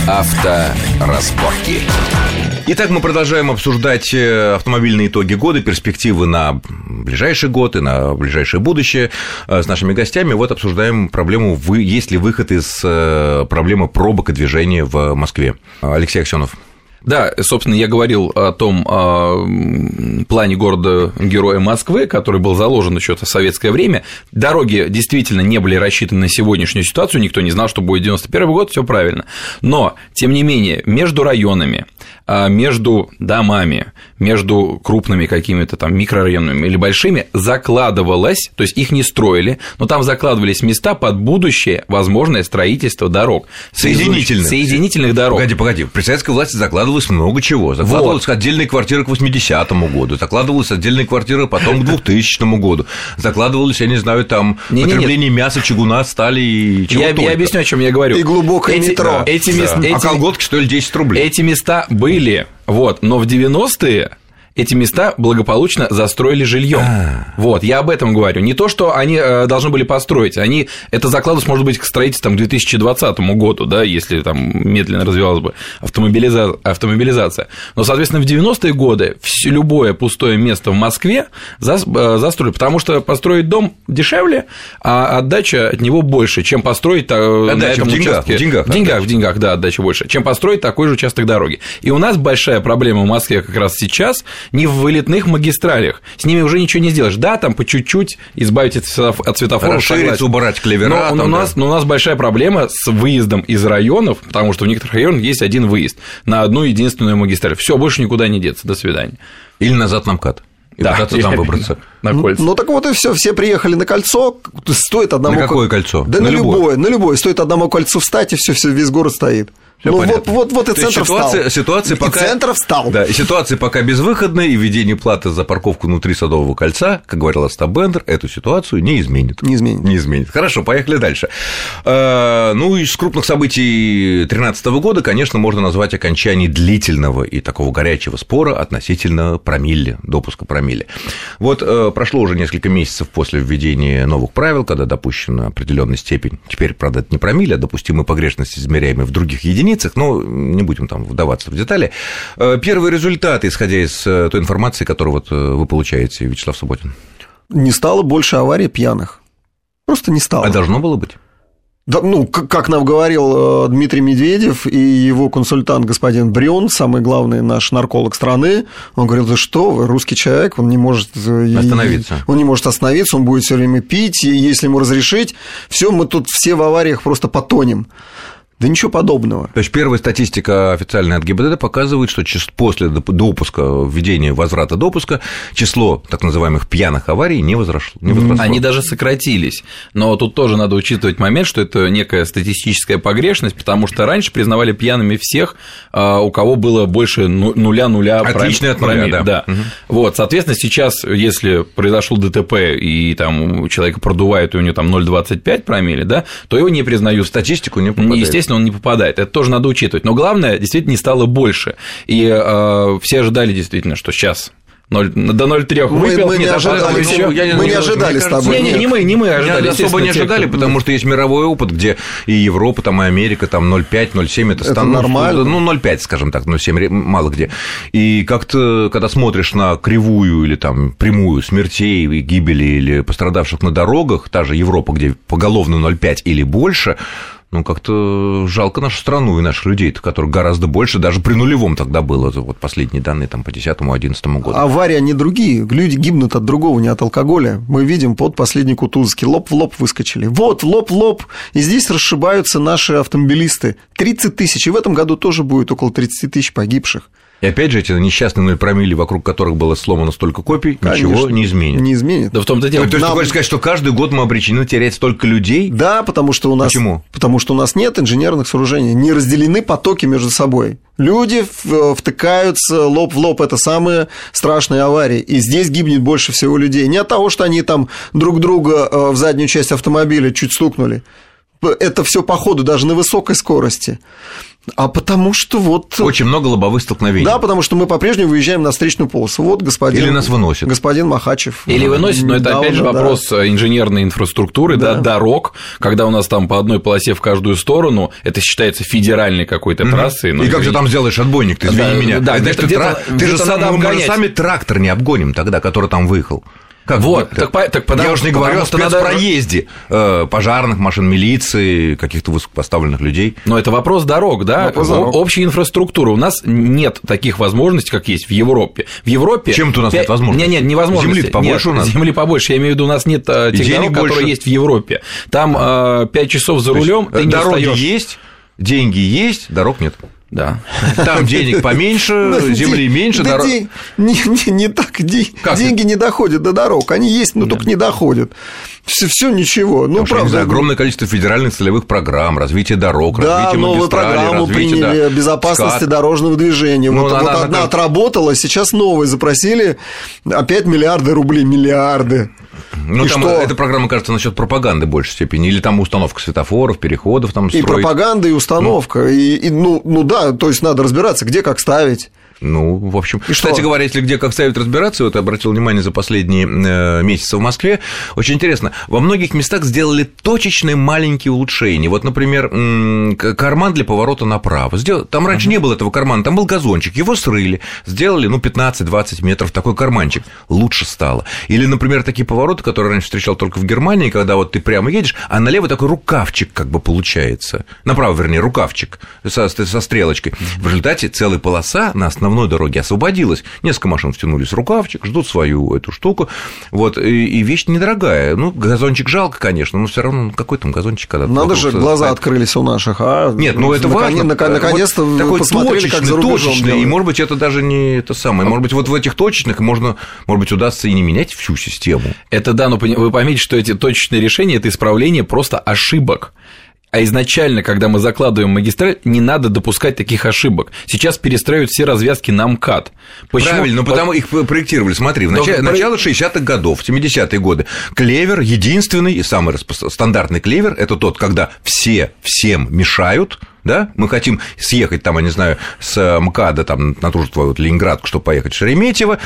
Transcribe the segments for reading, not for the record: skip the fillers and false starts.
Авторазборки. Итак, мы продолжаем обсуждать автомобильные итоги года, перспективы на ближайший год и на ближайшее будущее с нашими гостями. Вот обсуждаем проблему, есть ли выход из проблемы пробок и движения в Москве. Алексей Аксёнов. Да, собственно, я говорил о том плане города-героя Москвы, который был заложен еще в советское время. Дороги действительно не были рассчитаны на сегодняшнюю ситуацию, никто не знал, что будет 91 год, все правильно. Но, тем не менее, между районами, между домами, между крупными какими-то там микрорайонами или большими закладывалось, то есть их не строили, но там закладывались места под будущее возможное строительство дорог. Соединительных дорог. Погоди, при советской власти закладывалось много чего. Закладывалась отдельные квартиры к 80-му году, закладывалась отдельные квартиры потом к 2000 году, закладывалось, я не знаю, там потребление мяса, чугуна, стали и чего только. Я объясню, о чем я говорю. И глубокое метро. А колготки стоили 10 рублей. Эти места были, но в 90-е эти места благополучно застроили жильем. Вот, я об этом говорю. Не то, что они должны были построить, это закладывалось, может быть, к строительству к 2020 году, да, если там медленно развивалась бы автомобилизация. Но, соответственно, в 90-е годы любое пустое место в Москве застроили, потому что построить дом дешевле, а отдача от него больше, чем построить на этом участке. В деньгах, да, отдача больше, чем построить такой же участок дороги. И у нас большая проблема в Москве как раз сейчас не в вылетных магистралях. С ними уже ничего не сделаешь. Да, там по чуть-чуть избавить от светофоров. Расширить, убрать клевера. Но у нас большая проблема с выездом из районов, потому что в некоторых районах есть один выезд на одну единственную магистраль. Все, больше никуда не деться. До свидания. Или назад на МКАД. И пытаться там выбраться. На кольцо. Ну так вот и все приехали на кольцо. Стоит одному. На какое кольцо? Да на любое. Стоит одному кольцу встать, и все, весь город стоит. Вот и центр встал. Ситуация пока... центр встал. Да, и ситуация пока безвыходная, и введение платы за парковку внутри Садового кольца, как говорил Остап Бендер, эту ситуацию не изменит. Не изменит. Хорошо, поехали дальше. Из крупных событий 2013 года, конечно, можно назвать окончание длительного и такого горячего спора относительно допуска промилле. Вот прошло уже несколько месяцев после введения новых правил, когда допущена определенная степень, теперь, правда, это не промилле, а допустимая погрешность, измеряемая в других единицах, но не будем там вдаваться в детали. Первые результаты, исходя из той информации, которую вы получаете, Вячеслав Субботин. Не стало больше аварий пьяных. Просто не стало. А должно было быть? Да, как нам говорил Дмитрий Медведев и его консультант господин Брюн, самый главный наш нарколог страны, он говорил: да что вы, русский человек, он не может остановиться. Он не может остановиться, он будет все время пить, и если ему разрешить, все, мы тут все в авариях просто потонем. Да ничего подобного. То есть первая статистика официальная от ГИБДД показывает, что после допуска, введения возврата допуска, число так называемых пьяных аварий не возросло. Они даже сократились. Но тут тоже надо учитывать момент, что это некая статистическая погрешность, потому что раньше признавали пьяными всех, у кого было больше нуля. Отличный от нуля, да. Угу. Вот, соответственно, сейчас, если произошел ДТП, и там у человека продувает, и у него там 0,25 промилле, да, то его не признают. В статистику не попадает. Естественно, он не попадает. Это тоже надо учитывать. Но главное, действительно, не стало больше. И все ожидали действительно, что сейчас до 0,3 выпил. Мы не ожидали с тобой. Не мы ожидали. Особо не ожидали, потому что есть мировой опыт, где и Европа, там, и Америка, там 0,5, 0,7 это стандарт. Нормально. 0,5, скажем так, 0,7 мало где. И как-то, когда смотришь на кривую или там прямую смертей, гибели или пострадавших на дорогах, та же Европа, где поголовно 0,5 или больше, как-то жалко нашу страну и наших людей, которых гораздо больше, даже при нулевом тогда было, вот последние данные там по 2010-2011 году. Аварии, они другие, люди гибнут от другого, не от алкоголя. Мы видим под последний Кутузовский, лоб в лоб выскочили. Вот, лоб в лоб, и здесь расшибаются наши автомобилисты. 30 тысяч, и в этом году тоже будет около 30 тысяч погибших. И опять же, эти несчастные 0 промилле, вокруг которых было сломано столько копий, конечно, ничего не изменит. Не изменит. Да в том-то дело. То есть ты хочешь сказать, что каждый год мы обречены терять столько людей? Да, потому что у нас... Почему? Потому что у нас нет инженерных сооружений, не разделены потоки между собой. Люди втыкаются лоб в лоб, это самые страшные аварии. И здесь гибнет больше всего людей. Не от того, что они там друг друга в заднюю часть автомобиля чуть стукнули. Это все по ходу, даже на высокой скорости. А потому что вот... Очень много лобовых столкновений. Да, потому что мы по-прежнему выезжаем на встречную полосу. Вот господин... Или нас выносит. Господин Махачев. Или выносит, но это опять же вопрос инженерной инфраструктуры, дорог, когда у нас там по одной полосе в каждую сторону, это считается федеральной какой-то трассой. И как же там сделаешь отбойник, ты извини меня. Да, мы же сами трактор не обгоним тогда, который там выехал. Как вот, я уже не говорю о спецпроезде пожарных машин, милиции, каких-то высокопоставленных людей. Но это вопрос дорог, да, общей инфраструктуры. У нас нет таких возможностей, как есть в Европе. В Европе... Чем-то у нас нет возможностей. Нет, невозможно. Земли побольше у нас. Земли побольше, я имею в виду, у нас нет тех дорог, которые есть в Европе. Там 5 часов за рулем ты не дороги устаёшь. Есть, деньги есть, дорог нет. Да. Там денег поменьше, земли меньше, дорог. Не так, деньги не доходят до дорог, они есть, но только не доходят. Все ничего. Ну, правда. Огромное количество федеральных целевых программ, развитие дорог, развитие магистралей, новую программу приняли безопасности дорожного движения. Вот одна отработала, сейчас новые запросили опять миллиарды рублей, миллиарды. Ну, там эта программа, кажется, насчет пропаганды в большей степени. Или там установка светофоров, переходов там строить. И пропаганда, и установка. Ну да, то есть надо разбираться, где как ставить. Ну, в общем, кстати говоря, если где как ставить разбираться, вот я обратил внимание за последние месяцы в Москве, очень интересно, во многих местах сделали точечные маленькие улучшения. Вот, например, карман для поворота направо. Там раньше не было этого кармана, там был газончик, его срыли, сделали, 15-20 метров такой карманчик, лучше стало. Или, например, такие повороты, которые раньше встречал только в Германии, когда вот ты прямо едешь, а налево такой рукавчик как бы получается, направо, вернее, рукавчик со стрелочкой. В результате целая полоса на основной дороге освободилась. Несколько машин втянулись в рукавчик, ждут свою эту штуку. Вот, и вещь недорогая. Ну, газончик жалко, конечно, но все равно какой там газончик когда-то. Надо же, глаза открылись у наших, Нет, это важно. Наконец-то вот такой посмотрели, как за рубежом точечный, и, может быть, это даже не это самое. Может быть, вот в этих точечных может быть, удастся и не менять всю систему. Это да, но вы поймите, что эти точечные решения – это исправление просто ошибок. А изначально, когда мы закладываем магистраль, не надо допускать таких ошибок. Сейчас перестраивают все развязки на МКАД. Почему? Правильно, потому их проектировали. Смотри, в начало 60-х годов, в 70-е годы, клевер, единственный и самый стандартный клевер – это тот, когда все всем мешают. Да? Мы хотим съехать, там, я не знаю, с МКАДа там, на ту же твою вот Ленинградку, чтобы поехать в Шереметьево,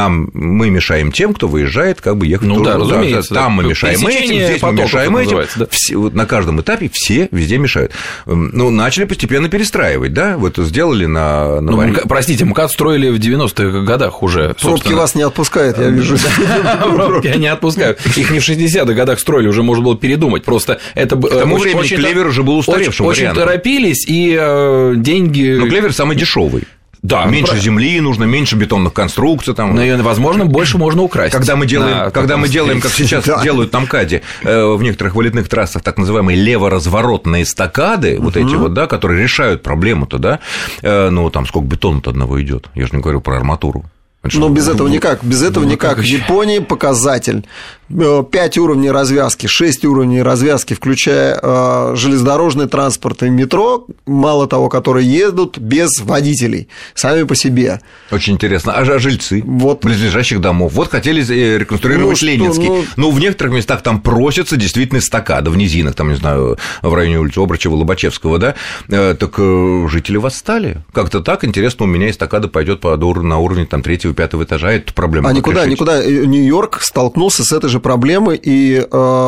мы мешаем тем, кто выезжает, как бы ехать в да, разумеется, там мы мешаем этим, здесь мы мешаем этим. Да. Вот на каждом этапе все везде мешают. Ну, начали постепенно перестраивать, да, вот сделали на простите, МКАД строили в 90-х годах уже. Пробки вас не отпускают, я вижу. Пробки они отпускают. Их не в 60-х годах строили, уже можно было передумать. Просто это к тому времени клевер уже был устаревшим вариантом. Очень торопились, и деньги... Но клевер самый дешевый. Да, меньше земли нужно, меньше бетонных конструкций. Там. Но, возможно, больше можно украсть. Когда мы делаем, как сейчас делают на МКАДе, в некоторых вылетных трассах, так называемые леворазворотные эстакады, вот эти вот, да, которые решают проблему-то, да, там сколько бетона-то одного идет. Я же не говорю про арматуру. Но без этого никак. В Японии показатель 5 уровней развязки, 6 уровней развязки, включая железнодорожный транспорт и метро, мало того, которые едут без водителей, сами по себе. Очень интересно. А жильцы близлежащих домов? Вот хотели реконструировать Ленинский. Ну, в некоторых местах там просятся действительно эстакада в низинах, там, не знаю, в районе улицы Обручева, Лобачевского, да? Так жители восстали. Как-то так, интересно, у меня эстакада пойдет на уровне там 3-го, 5-го этажа, эту проблему. А никуда. Нью-Йорк столкнулся с этой же проблемой, и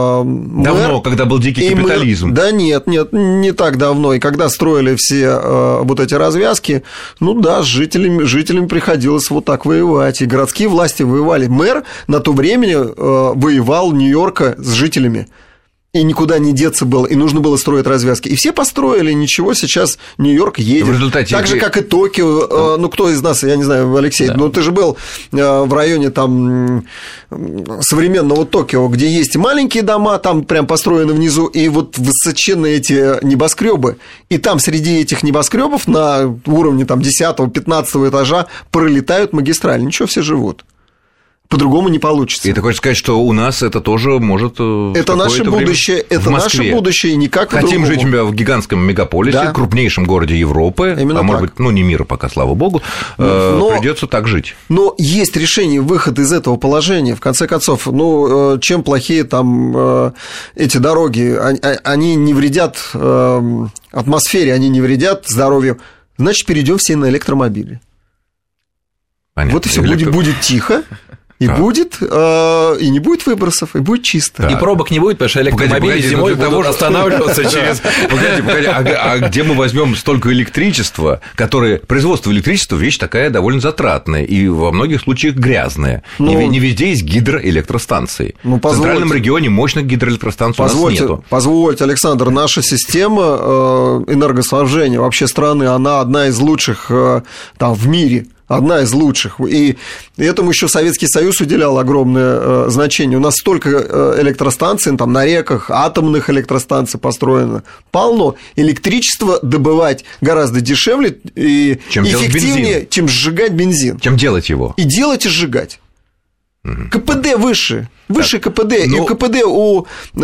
давно, когда был дикий капитализм. Да нет, не так давно. И когда строили все вот эти развязки, с жителями приходилось вот так воевать. И городские власти воевали. Мэр на то время воевал Нью-Йорка с жителями. И никуда не деться было, и нужно было строить развязки. И все построили, ничего, сейчас Нью-Йорк едет. В результате так же, как и Токио. Кто из нас, я не знаю, Алексей, ты же был в районе там современного Токио, где есть маленькие дома, там прям построены внизу, и вот высоченные эти небоскребы. И там среди этих небоскребов на уровне там 10-15 этажа пролетают магистрали. Ничего, все живут. По-другому не получится. И ты хочешь сказать, что у нас это тоже может это наше будущее, это наше будущее, никак Хотим жить в гигантском мегаполисе, да. крупнейшем городе Европы, именно может быть, не мира пока, слава богу, придется так жить. Но есть решение, выход из этого положения. В конце концов, чем плохие там эти дороги, они не вредят атмосфере, они не вредят здоровью, значит, перейдем все на электромобили. Понятно. Вот и все, будет тихо. И будет, и не будет выбросов, и будет чисто. Да. И пробок не будет, потому что электромобили зимой будут останавливаться через... Погоди, а где мы возьмем столько электричества, производство электричества вещь такая довольно затратная и во многих случаях грязная. Не везде есть гидроэлектростанции. В центральном регионе мощных гидроэлектростанций у нас нету. Позвольте, Александр, наша система энергоснабжения вообще страны, она одна из лучших там в мире. Одна из лучших. И этому еще Советский Союз уделял огромное значение. У нас столько электростанций, там на реках, атомных электростанций построено. Полно. Электричество добывать гораздо дешевле и эффективнее, чем сжигать бензин. Чем делать его. И делать, и сжигать. КПД выше КПД, и КПД у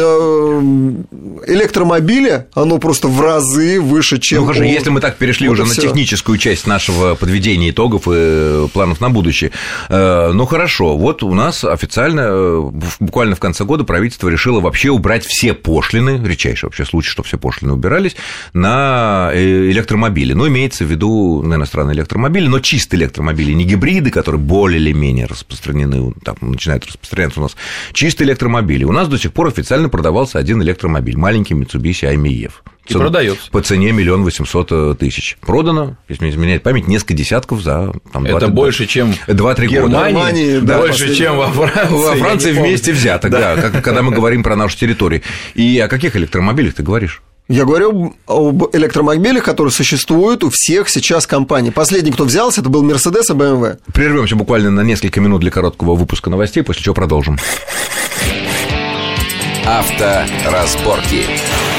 электромобиля, оно просто в разы выше, чем если мы так перешли уже на техническую часть нашего подведения итогов и планов на будущее, хорошо, вот у нас официально, буквально в конце года правительство решило вообще убрать все пошлины, редчайший вообще случай, что все пошлины убирались, на электромобили, имеется в виду на иностранные электромобили, но чистые электромобили, не гибриды, которые более или менее распространены, там начинают распространяться у нас, чистые электромобили. У нас до сих пор официально продавался один электромобиль, маленький Mitsubishi i-MiEV. И продается. По цене 1 800 000. Продано, если не изменяет память, несколько десятков за... Это больше, чем в Германии, больше, чем во Франции. Во Франции вместе взято, да, когда мы говорим про нашу территорию. И о каких электромобилях ты говоришь? Я говорю об электромобилях, которые существуют у всех сейчас компаний. Последний, кто взялся, это был Mercedes и BMW. Прервемся буквально на несколько минут для короткого выпуска новостей, после чего продолжим. Авторазборки.